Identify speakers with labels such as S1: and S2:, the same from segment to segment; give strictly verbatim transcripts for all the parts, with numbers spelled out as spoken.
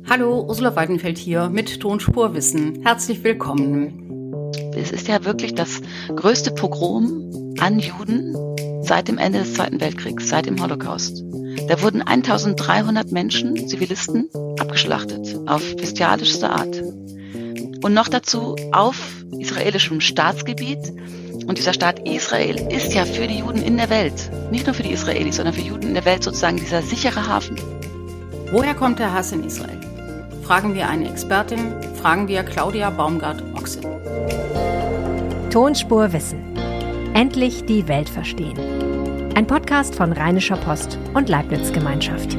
S1: Hallo, Ursula Weidenfeld hier mit Tonspurwissen. Herzlich willkommen.
S2: Es ist ja wirklich das größte Pogrom an Juden seit dem Ende des Zweiten Weltkriegs, seit dem Holocaust. Da wurden eintausenddreihundert Menschen, Zivilisten, abgeschlachtet, auf bestialischste Art. Und noch dazu auf israelischem Staatsgebiet. Und dieser Staat Israel ist ja für die Juden in der Welt, nicht nur für die Israelis, sondern für Juden in der Welt sozusagen dieser sichere Hafen.
S1: Woher kommt der Hass in Israel? Fragen wir eine Expertin, fragen wir Claudia Baumgart-Ochse.
S3: Tonspurwissen. Endlich die Welt verstehen. Ein Podcast von Rheinischer Post und Leibniz Gemeinschaft.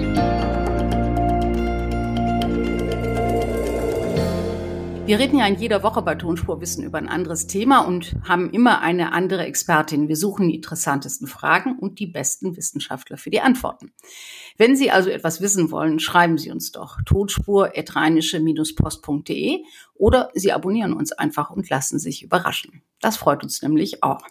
S1: Wir reden ja in jeder Woche bei Tonspurwissen über ein anderes Thema und haben immer eine andere Expertin. Wir suchen die interessantesten Fragen und die besten Wissenschaftler für die Antworten. Wenn Sie also etwas wissen wollen, schreiben Sie uns doch tonspur at rheinische post punkt de oder Sie abonnieren uns einfach und lassen sich überraschen. Das freut uns nämlich auch.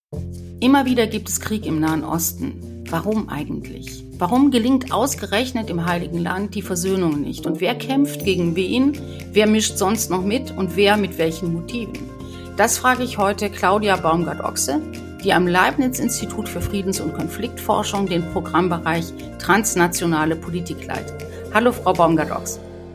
S1: Immer wieder gibt es Krieg im Nahen Osten. Warum eigentlich? Warum gelingt ausgerechnet im Heiligen Land die Versöhnung nicht? Und wer kämpft gegen wen? Wer mischt sonst noch mit? Und wer mit welchen Motiven? Das frage ich heute Claudia Baumgart-Ochse, die am Leibniz-Institut für Friedens- und Konfliktforschung den Programmbereich Transnationale Politik leitet. Hallo, Frau Baumgart-Ochse.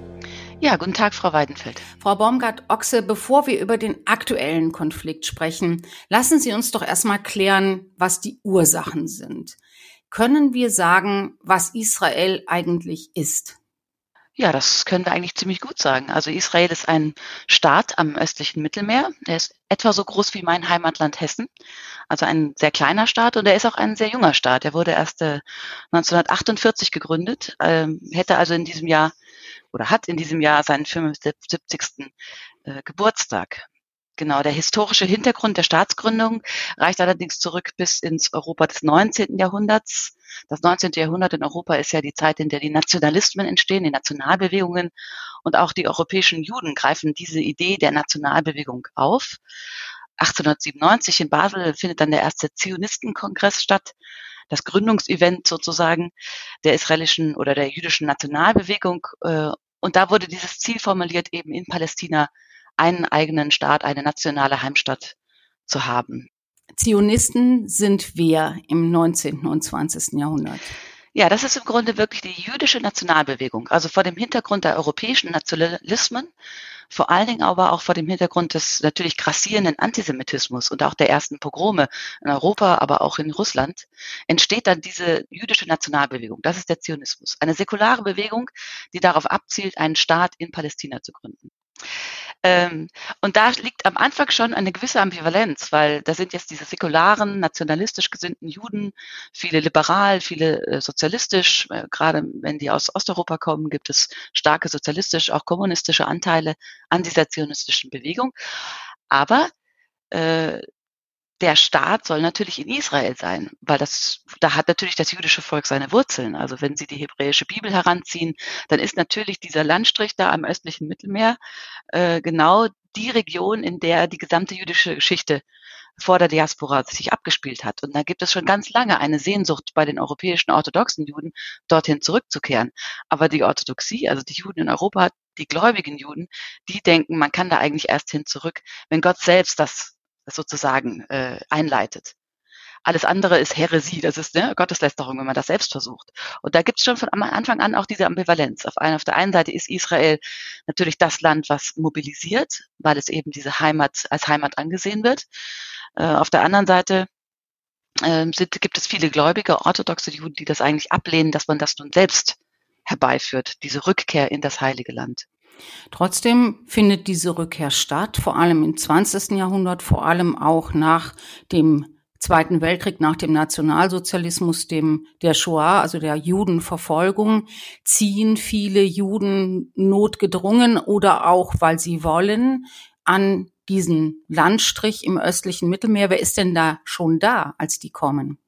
S2: Ja, guten Tag, Frau Weidenfeld.
S1: Frau Baumgart-Ochse, bevor wir über den aktuellen Konflikt sprechen, lassen Sie uns doch erstmal klären, was die Ursachen sind. Können wir sagen, was Israel eigentlich ist?
S2: Ja, das können wir eigentlich ziemlich gut sagen. Also Israel ist ein Staat am östlichen Mittelmeer. Der ist etwa so groß wie mein Heimatland Hessen. Also ein sehr kleiner Staat und er ist auch ein sehr junger Staat. Er wurde erst äh, neunzehnhundertachtundvierzig gegründet, ähm, hätte also in diesem Jahr oder hat in diesem Jahr seinen fünfundsiebzigsten Äh, Geburtstag. Genau, der historische Hintergrund der Staatsgründung reicht allerdings zurück bis ins Europa des neunzehnten Jahrhunderts. Das neunzehnte Jahrhundert in Europa ist ja die Zeit, in der die Nationalismen entstehen, die Nationalbewegungen, und auch die europäischen Juden greifen diese Idee der Nationalbewegung auf. achtzehnhundertsiebenundneunzig in Basel findet dann der erste Zionistenkongress statt, das Gründungsevent sozusagen der israelischen oder der jüdischen Nationalbewegung. Und da wurde dieses Ziel formuliert, eben in Palästina einen eigenen Staat, eine nationale Heimstatt zu haben.
S1: Zionisten sind wer im neunzehnten und zwanzigsten Jahrhundert?
S2: Ja, das ist im Grunde wirklich die jüdische Nationalbewegung. Also vor dem Hintergrund der europäischen Nationalismen, vor allen Dingen aber auch vor dem Hintergrund des natürlich grassierenden Antisemitismus und auch der ersten Pogrome in Europa, aber auch in Russland, entsteht dann diese jüdische Nationalbewegung. Das ist der Zionismus. Eine säkulare Bewegung, die darauf abzielt, einen Staat in Palästina zu gründen. Ähm, und da liegt am Anfang schon eine gewisse Ambivalenz, weil da sind jetzt diese säkularen, nationalistisch gesinnten Juden, viele liberal, viele äh, sozialistisch, äh, gerade wenn die aus Osteuropa kommen, gibt es starke sozialistisch, auch kommunistische Anteile an dieser zionistischen Bewegung. Aber äh, der Staat soll natürlich in Israel sein, weil das, da hat natürlich das jüdische Volk seine Wurzeln. Also wenn Sie die hebräische Bibel heranziehen, dann ist natürlich dieser Landstrich da am östlichen Mittelmeer äh, genau die Region, in der die gesamte jüdische Geschichte vor der Diaspora sich abgespielt hat. Und da gibt es schon ganz lange eine Sehnsucht bei den europäischen orthodoxen Juden, dorthin zurückzukehren. Aber die Orthodoxie, also die Juden in Europa, die gläubigen Juden, die denken, man kann da eigentlich erst hin zurück, wenn Gott selbst das sozusagen äh, einleitet. Alles andere ist Häresie, das ist ne, Gotteslästerung, wenn man das selbst versucht. Und da gibt es schon von Anfang an auch diese Ambivalenz. Auf, ein, auf der einen Seite ist Israel natürlich das Land, was mobilisiert, weil es eben diese Heimat als Heimat angesehen wird. Äh, auf der anderen Seite äh, sind, gibt es viele gläubige, orthodoxe Juden, die das eigentlich ablehnen, dass man das nun selbst herbeiführt, diese Rückkehr in das Heilige Land.
S1: Trotzdem findet diese Rückkehr statt, vor allem im zwanzigsten Jahrhundert, vor allem auch nach dem Zweiten Weltkrieg, nach dem Nationalsozialismus, dem der Shoah, also der Judenverfolgung, ziehen viele Juden notgedrungen oder auch, weil sie wollen, an diesen Landstrich im östlichen Mittelmeer. Wer ist denn da schon da, als die kommen?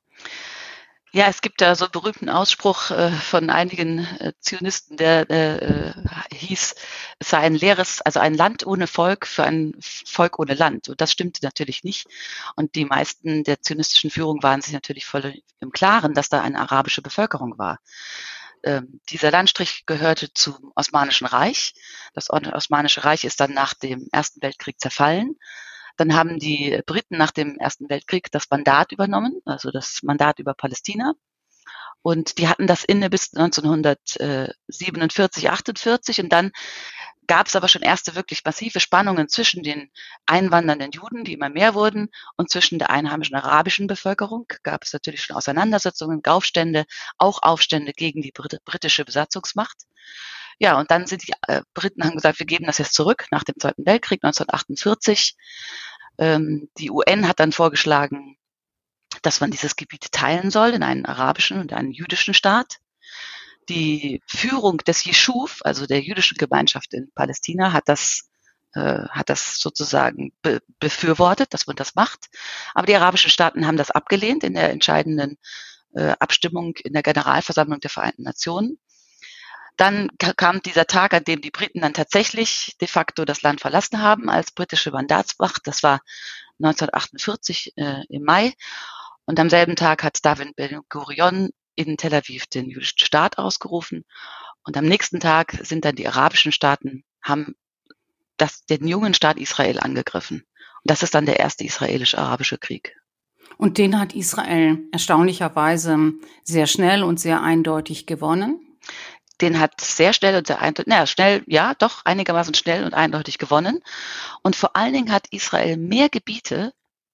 S2: Ja, es gibt da so einen berühmten Ausspruch äh, von einigen äh, Zionisten, der äh, hieß, es sei ein leeres, also ein Land ohne Volk für ein Volk ohne Land. Und das stimmte natürlich nicht. Und die meisten der zionistischen Führung waren sich natürlich voll im Klaren, dass da eine arabische Bevölkerung war. ähm, dieser Landstrich gehörte zum Osmanischen Reich. Das Osmanische Reich ist dann nach dem Ersten Weltkrieg zerfallen. Dann haben die Briten nach dem Ersten Weltkrieg das Mandat übernommen, also das Mandat über Palästina. Und die hatten das inne bis neunzehnhundertsiebenundvierzig, achtundvierzig. Und dann gab es aber schon erste wirklich massive Spannungen zwischen den einwandernden Juden, die immer mehr wurden, und zwischen der einheimischen arabischen Bevölkerung. Gab es natürlich schon Auseinandersetzungen, Aufstände, auch Aufstände gegen die Brit- britische Besatzungsmacht. Ja, und dann sind die äh, Briten haben gesagt, wir geben das jetzt zurück nach dem Zweiten Weltkrieg neunzehnhundertachtundvierzig. Ähm, die U N hat dann vorgeschlagen, dass man dieses Gebiet teilen soll in einen arabischen und einen jüdischen Staat. Die Führung des Jeschuv, also der jüdischen Gemeinschaft in Palästina, hat das, äh, hat das sozusagen be- befürwortet, dass man das macht. Aber die arabischen Staaten haben das abgelehnt in der entscheidenden äh, Abstimmung in der Generalversammlung der Vereinten Nationen. Dann ka- kam dieser Tag, an dem die Briten dann tatsächlich de facto das Land verlassen haben als britische Mandatsmacht. Das war neunzehnhundertachtundvierzig äh, im Mai. Und am selben Tag hat David Ben-Gurion in Tel Aviv den jüdischen Staat ausgerufen. Und am nächsten Tag sind dann die arabischen Staaten, haben das, den jungen Staat Israel angegriffen. Und das ist dann der erste israelisch-arabische Krieg.
S1: Und den hat Israel erstaunlicherweise sehr schnell und sehr eindeutig gewonnen.
S2: Den hat sehr schnell und sehr eindeutig, naja, schnell, ja, doch einigermaßen schnell und eindeutig gewonnen. Und vor allen Dingen hat Israel mehr Gebiete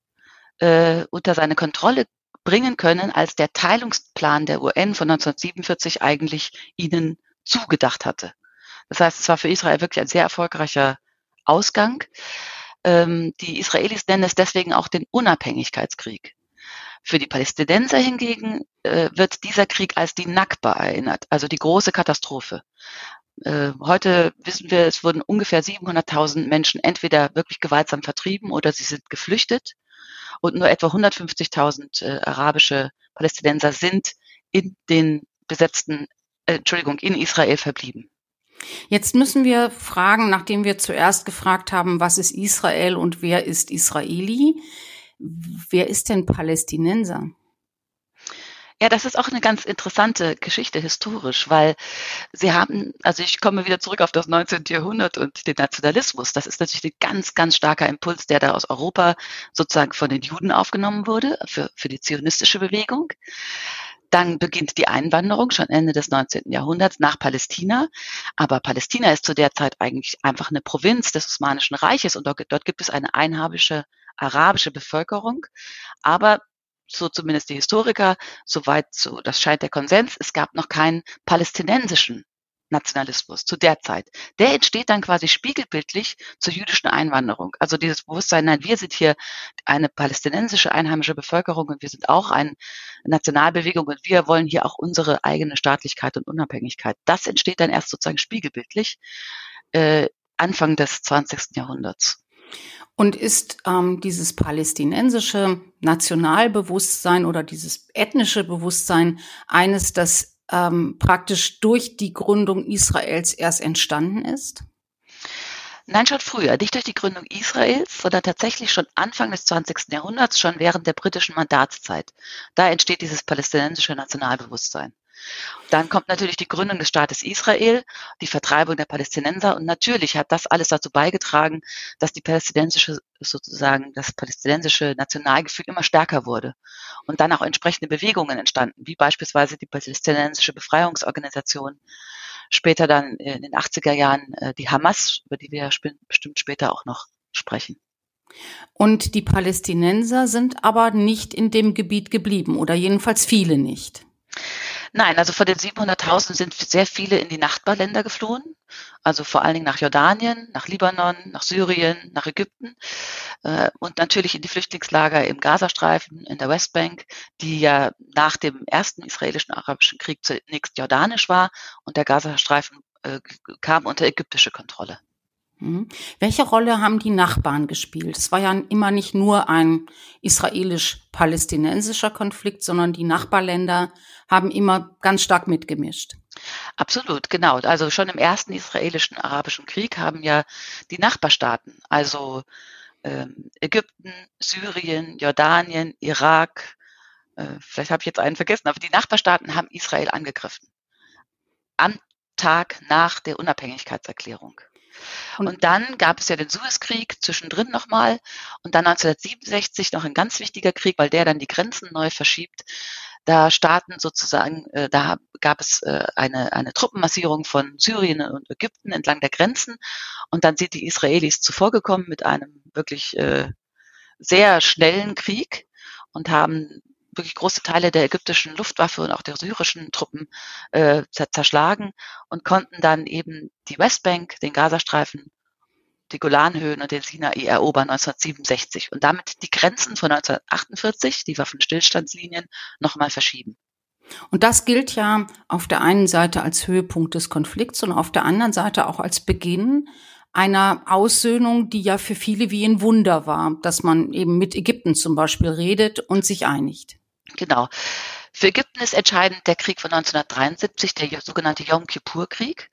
S2: äh, unter seine Kontrolle bringen können, als der Teilungsplan der U N von neunzehnhundertsiebenundvierzig eigentlich ihnen zugedacht hatte. Das heißt, es war für Israel wirklich ein sehr erfolgreicher Ausgang. Ähm, die Israelis nennen es deswegen auch den Unabhängigkeitskrieg. Für die Palästinenser hingegen äh, wird dieser Krieg als die Nakba erinnert, also die große Katastrophe. Äh, heute wissen wir, es wurden ungefähr siebenhunderttausend Menschen entweder wirklich gewaltsam vertrieben oder sie sind geflüchtet. Und nur etwa hundertfünfzigtausend äh, arabische Palästinenser sind in den besetzten, äh, Entschuldigung, in Israel verblieben.
S1: Jetzt müssen wir fragen, nachdem wir zuerst gefragt haben, was ist Israel und wer ist Israeli? Wer ist denn Palästinenser?
S2: Ja, das ist auch eine ganz interessante Geschichte historisch, weil sie haben, also ich komme wieder zurück auf das neunzehnte Jahrhundert und den Nationalismus. Das ist natürlich ein ganz, ganz starker Impuls, der da aus Europa sozusagen von den Juden aufgenommen wurde, für, für die zionistische Bewegung. Dann beginnt die Einwanderung schon Ende des neunzehnten Jahrhunderts nach Palästina. Aber Palästina ist zu der Zeit eigentlich einfach eine Provinz des Osmanischen Reiches und dort, dort gibt es eine einheimische arabische Bevölkerung. Aber so zumindest die Historiker, soweit so, das scheint der Konsens, es gab noch keinen palästinensischen Nationalismus zu der Zeit. Der entsteht dann quasi spiegelbildlich zur jüdischen Einwanderung. Also dieses Bewusstsein, nein, wir sind hier eine palästinensische einheimische Bevölkerung und wir sind auch eine Nationalbewegung und wir wollen hier auch unsere eigene Staatlichkeit und Unabhängigkeit. Das entsteht dann erst sozusagen spiegelbildlich äh, Anfang des zwanzigsten Jahrhunderts.
S1: Und ist ähm, dieses palästinensische Nationalbewusstsein oder dieses ethnische Bewusstsein eines, das ähm, praktisch durch die Gründung Israels erst entstanden ist?
S2: Nein, schon früher. Nicht durch die Gründung Israels, sondern tatsächlich schon Anfang des zwanzigsten Jahrhunderts, schon während der britischen Mandatszeit. Da entsteht dieses palästinensische Nationalbewusstsein. Dann kommt natürlich die Gründung des Staates Israel, die Vertreibung der Palästinenser und natürlich hat das alles dazu beigetragen, dass die palästinensische, sozusagen das palästinensische Nationalgefühl immer stärker wurde und dann auch entsprechende Bewegungen entstanden, wie beispielsweise die palästinensische Befreiungsorganisation, später dann in den achtziger Jahren die Hamas, über die wir bestimmt später auch noch sprechen.
S1: Und die Palästinenser sind aber nicht in dem Gebiet geblieben oder jedenfalls viele nicht.
S2: Nein, also von den siebenhunderttausend sind sehr viele in die Nachbarländer geflohen, also vor allen Dingen nach Jordanien, nach Libanon, nach Syrien, nach Ägypten äh, und natürlich in die Flüchtlingslager im Gazastreifen, in der Westbank, die ja nach dem ersten israelischen-arabischen Krieg zunächst jordanisch war und der Gazastreifen äh, kam unter ägyptische Kontrolle.
S1: Hm. Welche Rolle haben die Nachbarn gespielt? Es war ja immer nicht nur ein israelisch-palästinensischer Konflikt, sondern die Nachbarländer haben immer ganz stark mitgemischt.
S2: Absolut, genau. Also schon im ersten israelischen arabischen Krieg haben ja die Nachbarstaaten, also ähm, Ägypten, Syrien, Jordanien, Irak, äh, vielleicht habe ich jetzt einen vergessen, aber die Nachbarstaaten haben Israel angegriffen. am Tag nach der Unabhängigkeitserklärung. Und, und dann gab es ja den Suezkrieg zwischendrin nochmal und dann neunzehnhundertsiebenundsechzig noch ein ganz wichtiger Krieg, weil der dann die Grenzen neu verschiebt. Da starten sozusagen, äh, da gab es äh, eine, eine Truppenmassierung von Syrien und Ägypten entlang der Grenzen und dann sind die Israelis zuvorgekommen mit einem wirklich äh, sehr schnellen Krieg und haben wirklich große Teile der ägyptischen Luftwaffe und auch der syrischen Truppen äh, zerschlagen und konnten dann eben die Westbank, den Gazastreifen, die Golanhöhen und den Sinai erobern neunzehnhundertsiebenundsechzig und damit die Grenzen von neunzehnhundertachtundvierzig, die Waffenstillstandslinien, nochmal verschieben.
S1: Und das gilt ja auf der einen Seite als Höhepunkt des Konflikts und auf der anderen Seite auch als Beginn einer Aussöhnung, die ja für viele wie ein Wunder war, dass man eben mit Ägypten zum Beispiel redet und sich einigt.
S2: Genau. Für Ägypten ist entscheidend der Krieg von neunzehnhundertdreiundsiebzig, der sogenannte Yom Kippur-Krieg.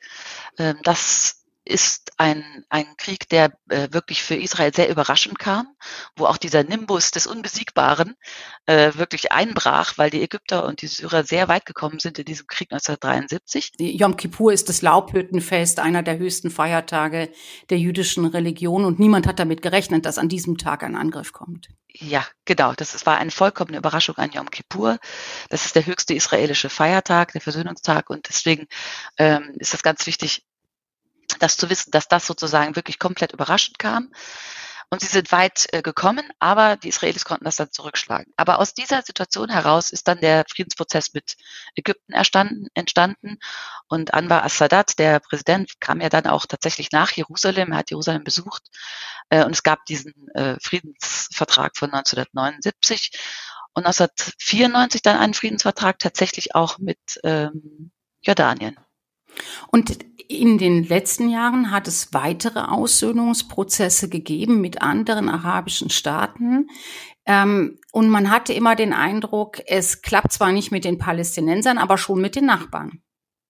S2: Das ist ein, ein Krieg, der äh, wirklich für Israel sehr überraschend kam, wo auch dieser Nimbus des Unbesiegbaren äh, wirklich einbrach, weil die Ägypter und die Syrer sehr weit gekommen sind in diesem Krieg neunzehnhundertdreiundsiebzig.
S1: Die Yom Kippur ist das Laubhüttenfest, einer der höchsten Feiertage der jüdischen Religion und niemand hat damit gerechnet, dass an diesem Tag ein Angriff kommt.
S2: Ja, genau. Das ist, war eine vollkommene Überraschung an Yom Kippur. Das ist der höchste israelische Feiertag, der Versöhnungstag und deswegen ähm, ist das ganz wichtig, das zu wissen, dass das sozusagen wirklich komplett überraschend kam. Und sie sind weit äh, gekommen, aber die Israelis konnten das dann zurückschlagen. Aber aus dieser Situation heraus ist dann der Friedensprozess mit Ägypten erstanden, entstanden. Und Anwar as-Sadat, der Präsident, kam ja dann auch tatsächlich nach Jerusalem, er hat Jerusalem besucht. Äh, und es gab diesen äh, Friedensvertrag von neunzehnhundertneunundsiebzig und neunzehnhundertvierundneunzig dann einen Friedensvertrag tatsächlich auch mit ähm, Jordanien.
S1: Und in den letzten Jahren hat es weitere Aussöhnungsprozesse gegeben mit anderen arabischen Staaten. Ähm, und man hatte immer den Eindruck, es klappt zwar nicht mit den Palästinensern, aber schon mit den Nachbarn.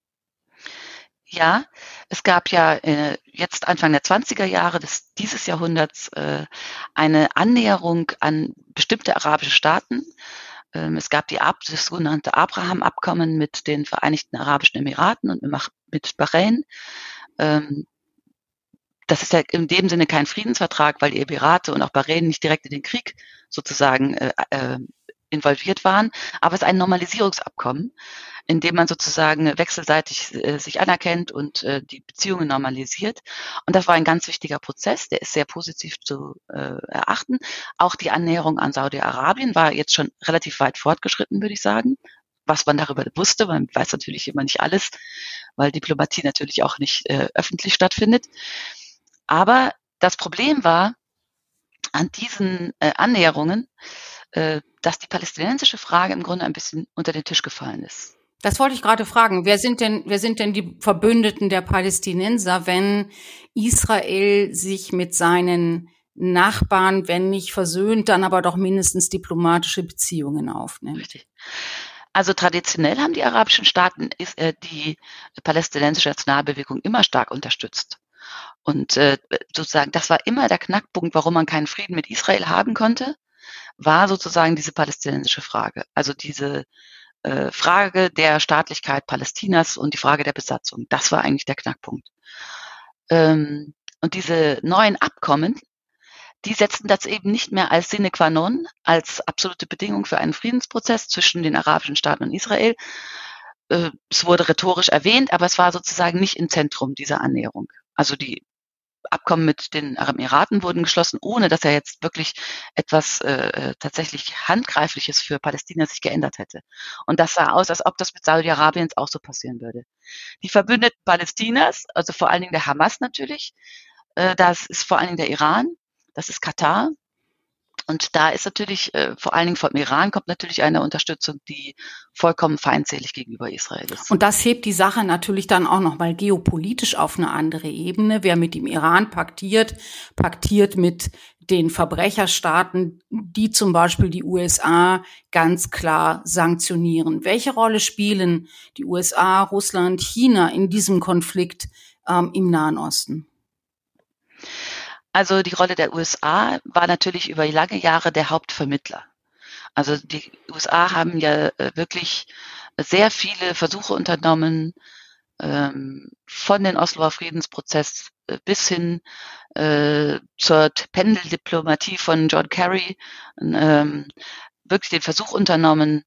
S2: Ja, es gab ja äh, jetzt Anfang der zwanziger Jahre des, dieses Jahrhunderts äh, eine Annäherung an bestimmte arabische Staaten. Es gab die, das sogenannte Abraham-Abkommen mit den Vereinigten Arabischen Emiraten und mit Bahrain. Das ist ja in dem Sinne kein Friedensvertrag, weil die Emirate und auch Bahrain nicht direkt in den Krieg sozusagen äh, involviert waren. Aber es ist ein Normalisierungsabkommen, in dem man sozusagen wechselseitig äh, sich anerkennt und äh, die Beziehungen normalisiert. Und das war ein ganz wichtiger Prozess, der ist sehr positiv zu äh, erachten. Auch die Annäherung an Saudi-Arabien war jetzt schon relativ weit fortgeschritten, würde ich sagen. Was man darüber wusste, man weiß natürlich immer nicht alles, weil Diplomatie natürlich auch nicht äh, öffentlich stattfindet. Aber das Problem war an diesen äh, Annäherungen, äh, dass die palästinensische Frage im Grunde ein bisschen unter den Tisch gefallen ist.
S1: Das wollte ich gerade fragen. Wer sind denn, wer sind denn die Verbündeten der Palästinenser, wenn Israel sich mit seinen Nachbarn, wenn nicht versöhnt, dann aber doch mindestens diplomatische Beziehungen aufnimmt?
S2: Richtig. Also traditionell haben die arabischen Staaten ist, äh, die palästinensische Nationalbewegung immer stark unterstützt. Und äh, sozusagen, das war immer der Knackpunkt, warum man keinen Frieden mit Israel haben konnte, war sozusagen diese palästinensische Frage. Also diese äh, Frage der Staatlichkeit Palästinas und die Frage der Besatzung. Das war eigentlich der Knackpunkt. Ähm, und diese neuen Abkommen, die setzten das eben nicht mehr als sine qua non, als absolute Bedingung für einen Friedensprozess zwischen den arabischen Staaten und Israel. Äh, es wurde rhetorisch erwähnt, aber es war sozusagen nicht im Zentrum dieser Annäherung. Also die Abkommen mit den Emiraten wurden geschlossen, ohne dass er jetzt wirklich etwas äh, tatsächlich Handgreifliches für Palästina sich geändert hätte. Und das sah aus, als ob das mit Saudi-Arabien auch so passieren würde. Die Verbündeten Palästinas, also vor allen Dingen der Hamas natürlich, äh, das ist vor allen Dingen der Iran, das ist Katar. Und da ist natürlich, äh, vor allen Dingen vom Iran kommt natürlich eine Unterstützung, die vollkommen feindselig gegenüber Israel ist.
S1: Und das hebt die Sache natürlich dann auch nochmal geopolitisch auf eine andere Ebene. Wer mit dem Iran paktiert, paktiert mit den Verbrecherstaaten, die zum Beispiel die U S A ganz klar sanktionieren. Welche Rolle spielen die U S A, Russland, China in diesem Konflikt ähm, im Nahen Osten?
S2: Also die Rolle der U S A war natürlich über lange Jahre der Hauptvermittler. Also die U S A haben ja wirklich sehr viele Versuche unternommen, ähm, von den Osloer Friedensprozess äh, bis hin äh, zur Pendeldiplomatie von John Kerry ähm, wirklich den Versuch unternommen,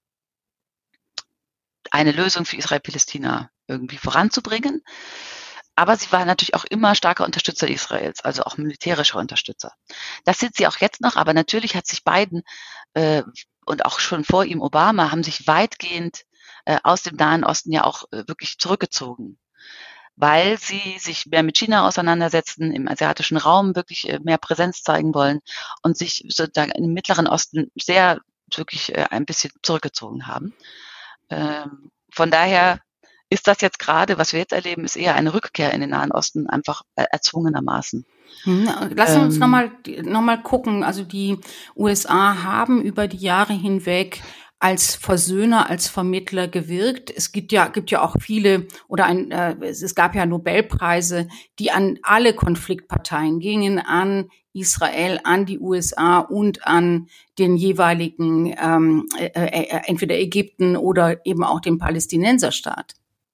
S2: eine Lösung für Israel-Palästina irgendwie voranzubringen. Aber sie war natürlich auch immer starker Unterstützer Israels, also auch militärischer Unterstützer. Das sind sie auch jetzt noch, aber natürlich hat sich Biden äh, und auch schon vor ihm Obama haben sich weitgehend äh, aus dem Nahen Osten ja auch äh, wirklich zurückgezogen, weil sie sich mehr mit China auseinandersetzen, im asiatischen Raum wirklich äh, mehr Präsenz zeigen wollen und sich sozusagen im Mittleren Osten sehr wirklich äh, ein bisschen zurückgezogen haben. Ähm, von daher ist das jetzt gerade, was wir jetzt erleben, ist eher eine Rückkehr in den Nahen Osten, einfach äh, erzwungenermaßen.
S1: Lass uns ähm, nochmal noch mal gucken. Also die U S A haben über die Jahre hinweg als Versöhner, als Vermittler gewirkt. Es gibt ja, gibt ja auch viele, oder ein, äh, es gab ja Nobelpreise, die an alle Konfliktparteien gingen, an Israel, an die U S A und an den jeweiligen, ähm, äh, äh, entweder Ägypten oder eben auch den Palästinenserstaat.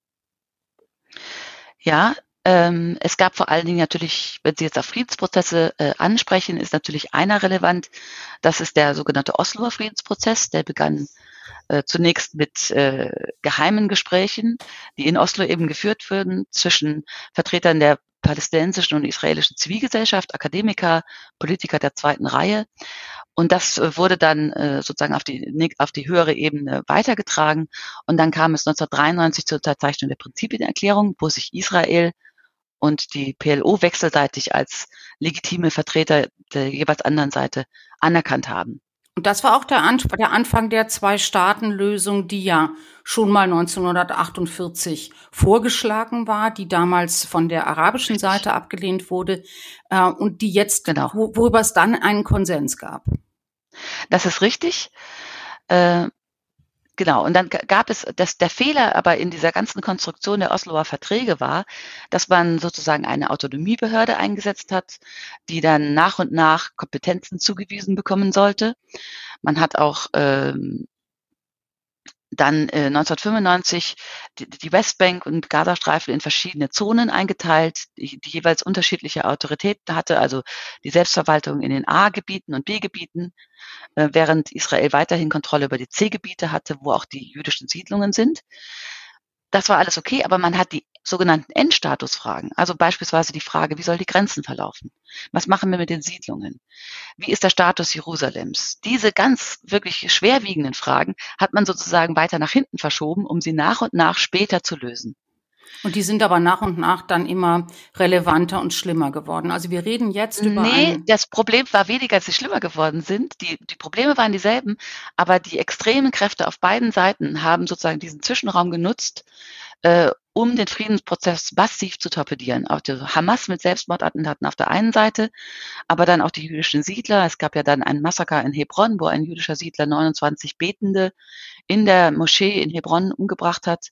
S2: Ja, ähm, es gab vor allen Dingen natürlich, wenn Sie jetzt auf Friedensprozesse äh, ansprechen, ist natürlich einer relevant. Das ist der sogenannte Osloer Friedensprozess. Der begann äh, zunächst mit äh, geheimen Gesprächen, die in Oslo eben geführt wurden zwischen Vertretern der palästinensischen und israelischen Zivilgesellschaft, Akademiker, Politiker der zweiten Reihe. Und das äh, wurde dann äh, sozusagen auf die, auf die höhere Ebene weitergetragen. Und dann kam es neunzehnhundertdreiundneunzig zur Unterzeichnung der Prinzipienerklärung, wo sich Israel und die P L O wechselseitig als legitime Vertreter der jeweils anderen Seite anerkannt haben.
S1: Und das war auch der, An- der Anfang der Zwei-Staaten-Lösung, die ja schon mal neunzehnhundertachtundvierzig vorgeschlagen war, die damals von der arabischen
S2: Richtig.
S1: Seite abgelehnt wurde äh, und die jetzt,
S2: Genau.
S1: wo, worüber es dann einen Konsens gab.
S2: Das ist richtig. Äh, Genau, und dann gab es, dass der Fehler aber in dieser ganzen Konstruktion der Osloer Verträge war, dass man sozusagen eine Autonomiebehörde eingesetzt hat, die dann nach und nach Kompetenzen zugewiesen bekommen sollte. Man hat auch ähm, dann äh, neunzehnhundertfünfundneunzig die, die Westbank und Gazastreifen in verschiedene Zonen eingeteilt, die, die jeweils unterschiedliche Autoritäten hatte, also die Selbstverwaltung in den A-Gebieten und B-Gebieten, äh, während Israel weiterhin Kontrolle über die C-Gebiete hatte, wo auch die jüdischen Siedlungen sind. Das war alles okay, aber man hat die sogenannten Endstatusfragen, also beispielsweise die Frage, wie soll die Grenzen verlaufen? Was machen wir mit den Siedlungen? Wie ist der Status Jerusalems? Diese ganz wirklich schwerwiegenden Fragen hat man sozusagen weiter nach hinten verschoben, um sie nach und nach später zu lösen.
S1: Und die sind aber nach und nach dann immer relevanter und schlimmer geworden. Also wir reden jetzt über
S2: Nee, das Problem war weniger, dass sie schlimmer geworden sind. Die, die Probleme waren dieselben, aber die extremen Kräfte auf beiden Seiten haben sozusagen diesen Zwischenraum genutzt, äh, um den Friedensprozess massiv zu torpedieren. Auch die Hamas mit Selbstmordattentaten auf der einen Seite, aber dann auch die jüdischen Siedler. Es gab ja dann ein Massaker in Hebron, wo ein jüdischer Siedler neunundzwanzig Betende in der Moschee in Hebron umgebracht hat.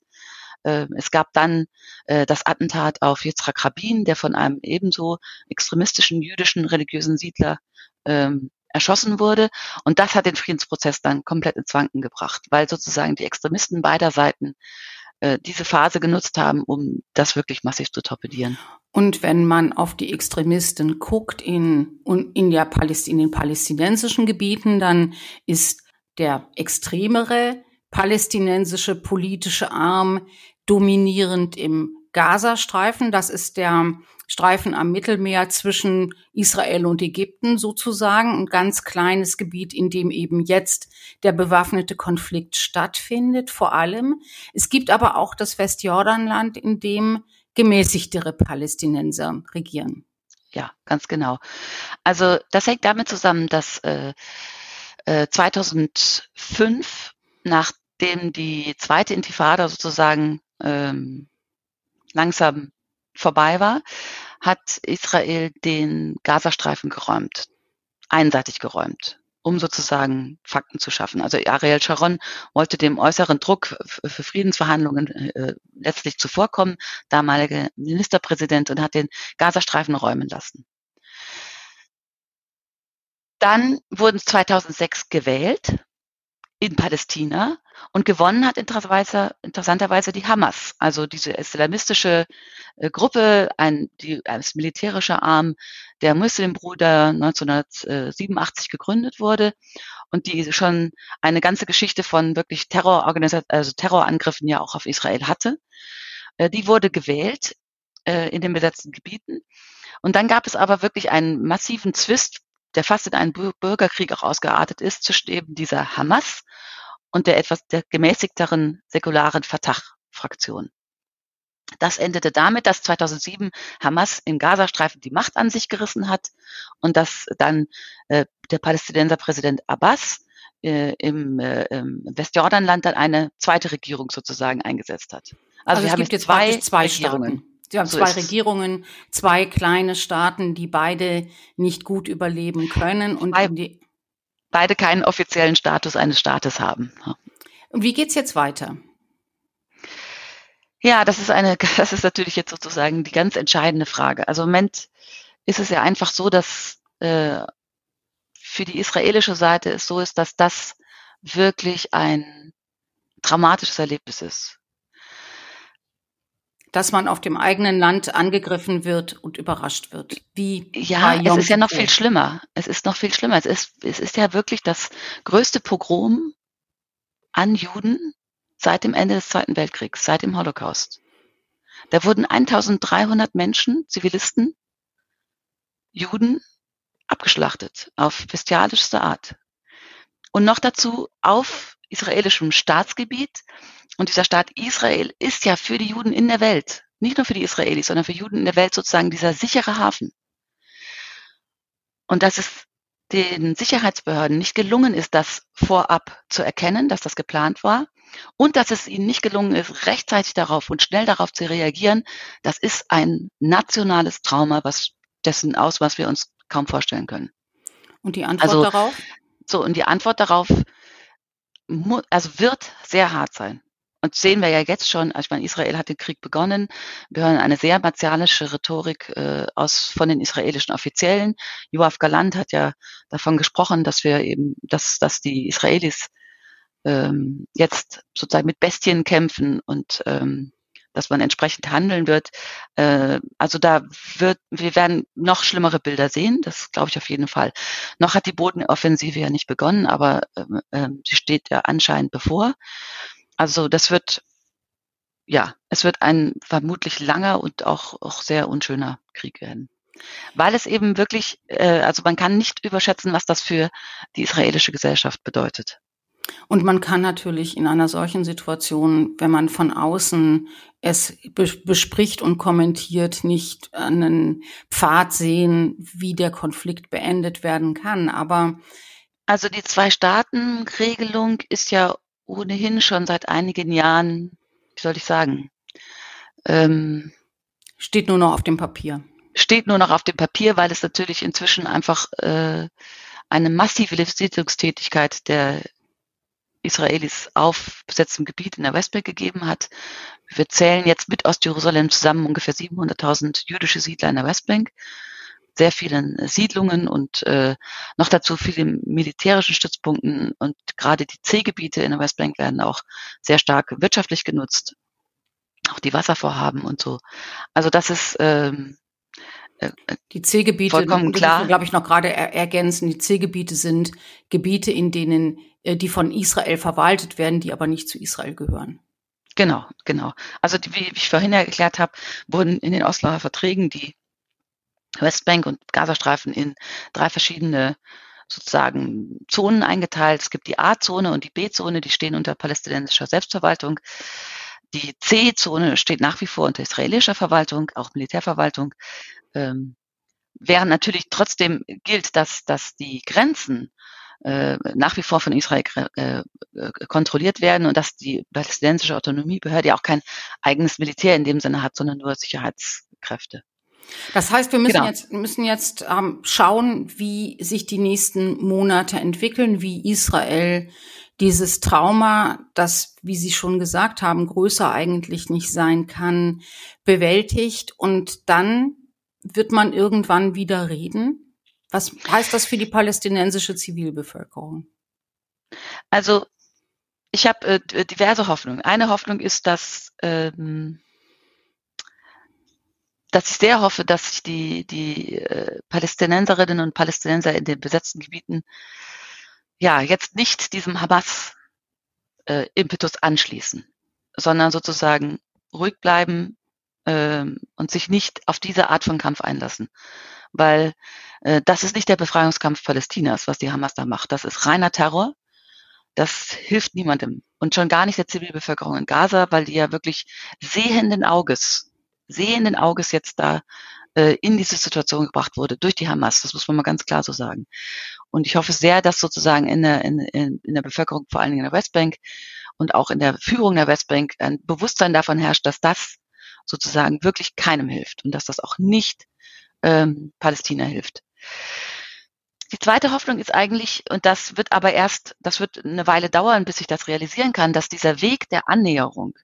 S2: Es gab dann äh, das Attentat auf Yitzhak Rabin, der von einem ebenso extremistischen jüdischen religiösen Siedler ähm, erschossen wurde. Und das hat den Friedensprozess dann komplett ins Wanken gebracht, weil sozusagen die Extremisten beider Seiten äh, diese Phase genutzt haben, um das wirklich massiv zu torpedieren.
S1: Und wenn man auf die Extremisten guckt in, in, der Paläst- in den palästinensischen Gebieten, dann ist der extremere palästinensische politische Arm dominierend im Gazastreifen. Das ist der Streifen am Mittelmeer zwischen Israel und Ägypten sozusagen, ein ganz kleines Gebiet, in dem eben jetzt der bewaffnete Konflikt stattfindet, vor allem. Es gibt aber auch das Westjordanland, in dem gemäßigtere Palästinenser regieren.
S2: Ja, ganz genau. Also das hängt damit zusammen, dass äh, äh, zweitausendfünf, nachdem die zweite Intifada sozusagen ähm, langsam vorbei war, hat Israel den Gazastreifen geräumt, einseitig geräumt, um sozusagen Fakten zu schaffen. Also Ariel Sharon wollte dem äußeren Druck für Friedensverhandlungen äh, letztlich zuvorkommen, damaliger Ministerpräsident, und hat den Gazastreifen räumen lassen. Dann wurden zweitausendsechs gewählt in Palästina und gewonnen hat interessanterweise, interessanterweise die Hamas, also diese islamistische äh, Gruppe, ein, die als militärischer Arm der Muslimbruder neunzehnhundertsiebenundachtzig gegründet wurde und die schon eine ganze Geschichte von wirklich Terrororganisat- also Terrorangriffen ja auch auf Israel hatte. Äh, die wurde gewählt äh, in den besetzten Gebieten. Und dann gab es aber wirklich einen massiven Zwist, der fast in einen Bürgerkrieg auch ausgeartet ist, zwischen eben dieser Hamas und der etwas der gemäßigteren säkularen Fatah-Fraktion. Das endete damit, dass zweitausendsieben Hamas im Gazastreifen die Macht an sich gerissen hat und dass dann äh, der Palästinenser Präsident Abbas äh, im, äh, im Westjordanland dann eine zweite Regierung sozusagen eingesetzt hat.
S1: Also, also es gibt jetzt
S2: zwei,
S1: praktisch zwei
S2: Regierungen.
S1: Staaten. Sie haben so zwei Regierungen, zwei kleine Staaten, die beide nicht gut überleben können und
S2: zwei,
S1: die
S2: beide keinen offiziellen Status eines Staates haben.
S1: Und wie geht's jetzt weiter?
S2: Ja, das ist eine, das ist natürlich jetzt sozusagen die ganz entscheidende Frage. Also im Moment ist es ja einfach so, dass äh, für die israelische Seite es so ist, dass das wirklich ein dramatisches Erlebnis ist.
S1: Dass man auf dem eigenen Land angegriffen wird und überrascht wird. Wie
S2: ja, es ist ja noch viel schlimmer. Es ist noch viel schlimmer. Es ist, es ist ja wirklich das größte Pogrom an Juden seit dem Ende des Zweiten Weltkriegs, seit dem Holocaust. Da wurden eintausenddreihundert Menschen, Zivilisten, Juden, abgeschlachtet auf bestialischste Art. Und noch dazu auf israelischem Staatsgebiet. Und dieser Staat Israel ist ja für die Juden in der Welt, nicht nur für die Israelis, sondern für Juden in der Welt sozusagen dieser sichere Hafen. Und dass es den Sicherheitsbehörden nicht gelungen ist, das vorab zu erkennen, dass das geplant war, und dass es ihnen nicht gelungen ist, rechtzeitig darauf und schnell darauf zu reagieren, das ist ein nationales Trauma, was dessen aus, was wir uns kaum vorstellen können.
S1: Und die Antwort
S2: also,
S1: darauf?
S2: So, und die Antwort darauf also wird sehr hart sein. Und sehen wir ja jetzt schon, ich meine, Israel hat den Krieg begonnen. Wir hören eine sehr martialische Rhetorik äh, aus von den israelischen Offiziellen. Yoav Gallant hat ja davon gesprochen, dass wir eben, dass, dass die Israelis ähm, jetzt sozusagen mit Bestien kämpfen und ähm, dass man entsprechend handeln wird. Äh, also da wird, wir werden noch schlimmere Bilder sehen, das glaube ich auf jeden Fall. Noch hat die Bodenoffensive ja nicht begonnen, aber äh, sie steht ja anscheinend bevor. Also das wird, ja, es wird ein vermutlich langer und auch, auch sehr unschöner Krieg werden. Weil es eben wirklich, äh, also man kann nicht überschätzen, was das für die israelische Gesellschaft bedeutet.
S1: Und man kann natürlich in einer solchen Situation, wenn man von außen es bespricht und kommentiert, nicht einen Pfad sehen, wie der Konflikt beendet werden kann. Aber
S2: also die Zwei-Staaten-Regelung ist ja ohnehin schon seit einigen Jahren, wie soll ich sagen, ähm,
S1: steht nur noch auf dem Papier.
S2: Steht nur noch auf dem Papier, weil es natürlich inzwischen einfach äh, eine massive Siedlungstätigkeit der Israelis auf besetztem Gebiet in der Westbank gegeben hat. Wir zählen jetzt mit Ostjerusalem zusammen ungefähr siebenhunderttausend jüdische Siedler in der Westbank, sehr vielen Siedlungen und äh, noch dazu viele militärischen Stützpunkten, und gerade die C-Gebiete in der Westbank werden auch sehr stark wirtschaftlich genutzt, auch die Wasservorhaben und so. Also das ist ähm,
S1: die C-Gebiete,
S2: vollkommen klar.
S1: glaube ich, noch gerade er- ergänzen. Die C-Gebiete sind Gebiete, in denen äh, die von Israel verwaltet werden, die aber nicht zu Israel gehören.
S2: Genau, genau. Also die, wie ich vorhin erklärt habe, wurden in den Osloer Verträgen die Westbank und Gazastreifen in drei verschiedene sozusagen Zonen eingeteilt. Es gibt die A-Zone und die B-Zone, die stehen unter palästinensischer Selbstverwaltung. Die C-Zone steht nach wie vor unter israelischer Verwaltung, auch Militärverwaltung. Ähm, während natürlich trotzdem gilt, dass, dass die Grenzen äh, nach wie vor von Israel äh, kontrolliert werden und dass die palästinensische Autonomiebehörde ja auch kein eigenes Militär in dem Sinne hat, sondern nur Sicherheitskräfte.
S1: Das heißt, wir müssen
S2: genau.
S1: jetzt müssen jetzt ähm, schauen, wie sich die nächsten Monate entwickeln, wie Israel dieses Trauma, das, wie Sie schon gesagt haben, größer eigentlich nicht sein kann, bewältigt. Und dann wird man irgendwann wieder reden. Was heißt das für die palästinensische Zivilbevölkerung?
S2: Also Ich habe äh, diverse Hoffnungen. Eine Hoffnung ist, dass, ähm, dass ich sehr hoffe, dass sich die, die äh, Palästinenserinnen und Palästinenser in den besetzten Gebieten ja jetzt nicht diesem Hamas-Impetus äh, anschließen, sondern sozusagen ruhig bleiben äh, und sich nicht auf diese Art von Kampf einlassen. Weil äh, das ist nicht der Befreiungskampf Palästinas, was die Hamas da macht. Das ist reiner Terror. Das hilft niemandem und schon gar nicht der Zivilbevölkerung in Gaza, weil die ja wirklich sehenden Auges, sehenden Auges jetzt da äh, in diese Situation gebracht wurde durch die Hamas. Das muss man mal ganz klar so sagen. Und ich hoffe sehr, dass sozusagen in der, in, in der Bevölkerung, vor allen Dingen in der Westbank und auch in der Führung der Westbank ein Bewusstsein davon herrscht, dass das sozusagen wirklich keinem hilft und dass das auch nicht ähm, Palästina hilft. Die zweite Hoffnung ist eigentlich, und das wird aber erst, das wird eine Weile dauern, bis ich das realisieren kann, dass dieser Weg der Annäherung,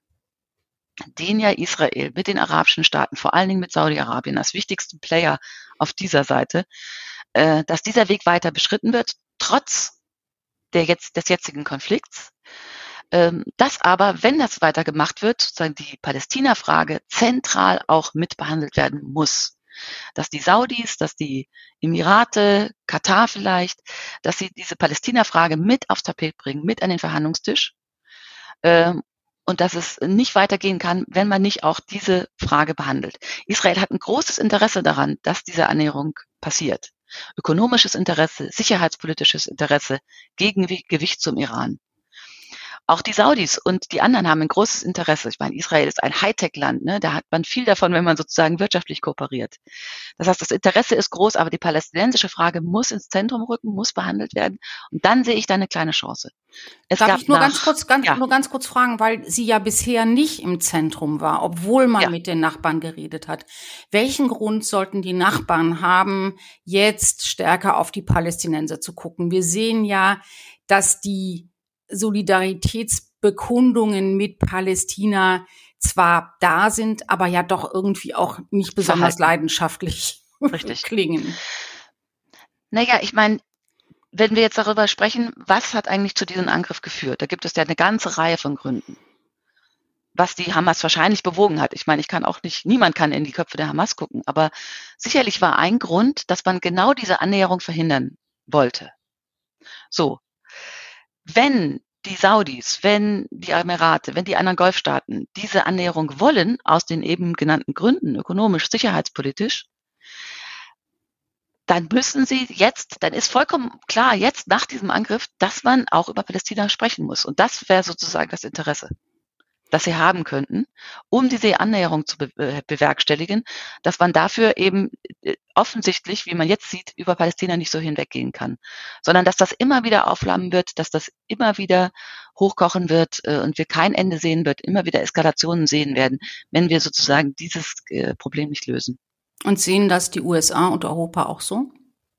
S2: den ja Israel mit den arabischen Staaten, vor allen Dingen mit Saudi-Arabien als wichtigsten Player auf dieser Seite, äh, dass dieser Weg weiter beschritten wird, trotz der jetzt, des jetzigen Konflikts. Ähm, dass aber, wenn das weiter gemacht wird, sozusagen die Palästina-Frage zentral auch mitbehandelt werden muss. Dass die Saudis, dass die Emirate, Katar vielleicht, dass sie diese Palästina-Frage mit aufs Tapet bringen, mit an den Verhandlungstisch. Ähm, und dass es nicht weitergehen kann, wenn man nicht auch diese Frage behandelt. Israel hat ein großes Interesse daran, dass diese Annäherung passiert. Ökonomisches Interesse, sicherheitspolitisches Interesse, Gegengewicht zum Iran. Auch die Saudis und die anderen haben ein großes Interesse. Ich meine, Israel ist ein Hightech-Land, ne? Da hat man viel davon, wenn man sozusagen wirtschaftlich kooperiert. Das heißt, das Interesse ist groß, aber die palästinensische Frage muss ins Zentrum rücken, muss behandelt werden. Und dann sehe ich da eine kleine Chance.
S1: Es Darf ich nur nach, ganz kurz, ganz, ja. nur ganz kurz fragen, weil sie ja bisher nicht im Zentrum war, obwohl man ja. mit den Nachbarn geredet hat. Welchen Grund sollten die Nachbarn haben, jetzt stärker auf die Palästinenser zu gucken? Wir sehen ja, dass die Solidaritätsbekundungen mit Palästina zwar da sind, aber ja doch irgendwie auch nicht besonders Verhalten. leidenschaftlich
S2: Richtig.
S1: klingen.
S2: Naja, ich meine, wenn wir jetzt darüber sprechen, was hat eigentlich zu diesem Angriff geführt? Da gibt es ja eine ganze Reihe von Gründen, was die Hamas wahrscheinlich bewogen hat. Ich meine, ich kann auch nicht, niemand kann in die Köpfe der Hamas gucken, aber sicherlich war ein Grund, dass man genau diese Annäherung verhindern wollte. So. Wenn die Saudis, wenn die Emirate, wenn die anderen Golfstaaten diese Annäherung wollen, aus den eben genannten Gründen, ökonomisch, sicherheitspolitisch, dann müssen sie jetzt, dann ist vollkommen klar, jetzt nach diesem Angriff, dass man auch über Palästina sprechen muss. Und das wäre sozusagen das Interesse, das sie haben könnten, um diese Annäherung zu be- bewerkstelligen, dass man dafür eben offensichtlich, wie man jetzt sieht, über Palästina nicht so hinweggehen kann, sondern dass das immer wieder aufflammen wird, dass das immer wieder hochkochen wird äh, und wir kein Ende sehen wird, immer wieder Eskalationen sehen werden, wenn wir sozusagen dieses äh, Problem nicht lösen.
S1: Und sehen das die U S A und Europa auch so?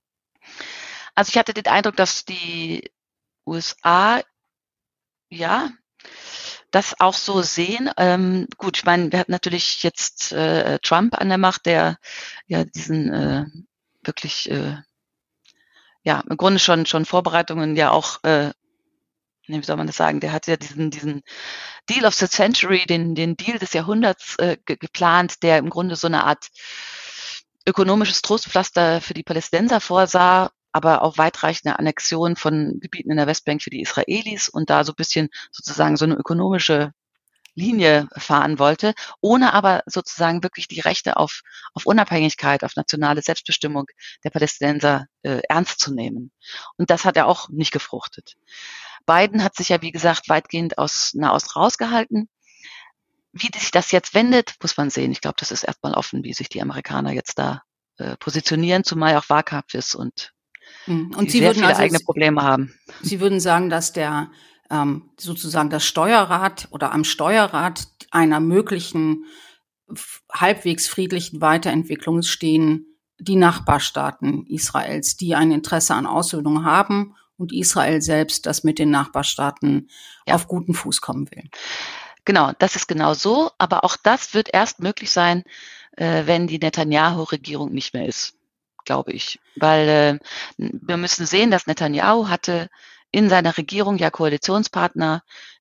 S2: Also ich hatte den Eindruck, dass die U S A, ja, das auch so sehen. Ähm, gut, ich meine, wir hatten natürlich jetzt äh, Trump an der Macht, der ja diesen äh, wirklich, äh, ja, im Grunde schon schon Vorbereitungen ja auch, äh, wie soll man das sagen, der hat ja diesen diesen Deal of the Century, den den Deal des Jahrhunderts äh, ge- geplant, der im Grunde so eine Art ökonomisches Trostpflaster für die Palästinenser vorsah, aber auch weitreichende Annexion von Gebieten in der Westbank für die Israelis und da so ein bisschen sozusagen so eine ökonomische Linie fahren wollte, ohne aber sozusagen wirklich die Rechte auf, auf Unabhängigkeit, auf nationale Selbstbestimmung der Palästinenser äh, ernst zu nehmen. Und das hat er auch nicht gefruchtet. Biden hat sich ja, wie gesagt, weitgehend aus Nahost rausgehalten. Wie sich das jetzt wendet, muss man sehen. Ich glaube, das ist erstmal offen, wie sich die Amerikaner jetzt da äh, positionieren, zumal auch Wahlkampf ist und
S1: Und
S2: die
S1: Sie
S2: sehr
S1: würden
S2: viele
S1: also,
S2: eigene Probleme haben.
S1: Sie würden sagen, dass der ähm, sozusagen das Steuerrad oder am Steuerrad einer möglichen f- halbwegs friedlichen Weiterentwicklung stehen die Nachbarstaaten Israels, die ein Interesse an Aussöhnung haben und Israel selbst, das mit den Nachbarstaaten
S2: Ja.
S1: auf guten Fuß kommen will.
S2: Genau, das ist genau so. Aber auch das wird erst möglich sein, äh, wenn die Netanyahu-Regierung nicht mehr ist, glaube ich. Weil äh, wir müssen sehen, dass Netanyahu hatte in seiner Regierung ja Koalitionspartner,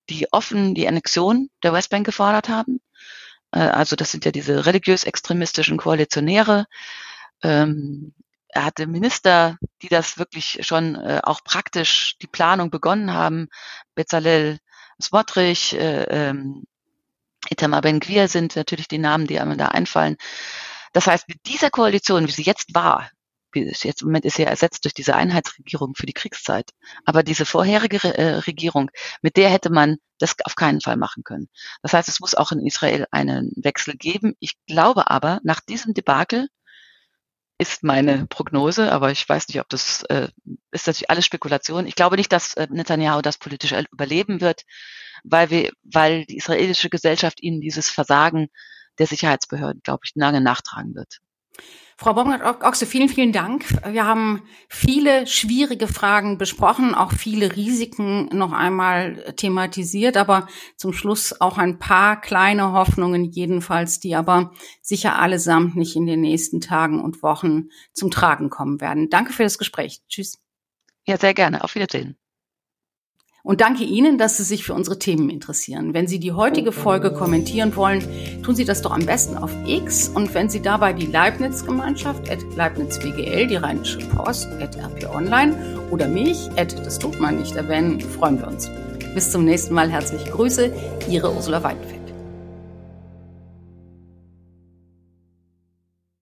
S2: die offen die Annexion der Westbank gefordert haben. Äh, also das sind ja diese religiös-extremistischen Koalitionäre. Ähm, er hatte Minister, die das wirklich schon äh, auch praktisch die Planung begonnen haben. Bezalel Smotrich, äh, ähm, Itamar Ben-Gvir sind natürlich die Namen, die einem da einfallen. Das heißt, mit dieser Koalition, wie sie jetzt war, wie es jetzt im Moment ist sie ersetzt durch diese Einheitsregierung für die Kriegszeit, aber diese vorherige äh, Regierung, mit der hätte man das auf keinen Fall machen können. Das heißt, es muss auch in Israel einen Wechsel geben. Ich glaube aber, nach diesem Debakel ist meine Prognose, aber ich weiß nicht, ob das äh, ist natürlich alles Spekulation. Ich glaube nicht, dass äh, Netanyahu das politisch überleben wird, weil wir, weil die israelische Gesellschaft ihnen dieses Versagen der Sicherheitsbehörden, glaube ich, lange nachtragen wird.
S1: Frau Baumgart-Ochse, vielen, vielen Dank. Wir haben viele schwierige Fragen besprochen, auch viele Risiken noch einmal thematisiert, aber zum Schluss auch ein paar kleine Hoffnungen jedenfalls, die aber sicher allesamt nicht in den nächsten Tagen und Wochen zum Tragen kommen werden. Danke für das Gespräch. Tschüss.
S2: Ja, sehr gerne. Auf Wiedersehen.
S1: Und danke Ihnen, dass Sie sich für unsere Themen interessieren. Wenn Sie die heutige Folge kommentieren wollen, tun Sie das doch am besten auf X. Und wenn Sie dabei die Leibniz-Gemeinschaft at Leibniz W G L, die Rheinische Post at R P Online oder mich at Das tut man nicht erwähnen, freuen wir uns. Bis zum nächsten Mal. Herzliche Grüße, Ihre Ursula Weidenfeld.